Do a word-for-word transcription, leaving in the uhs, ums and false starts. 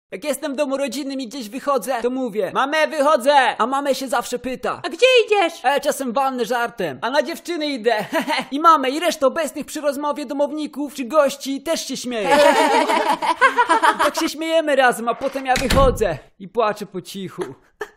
Jak jestem w domu rodzinnym i gdzieś wychodzę, to mówię: mamę, wychodzę! A mamę się zawsze pyta: A gdzie idziesz? a ja czasem walnę żartem: a na dziewczyny idę. I mamę i resztę obecnych przy rozmowie domowników czy gości też się śmieje. I tak się śmiejemy razem, a potem ja wychodzę i płaczę po cichu.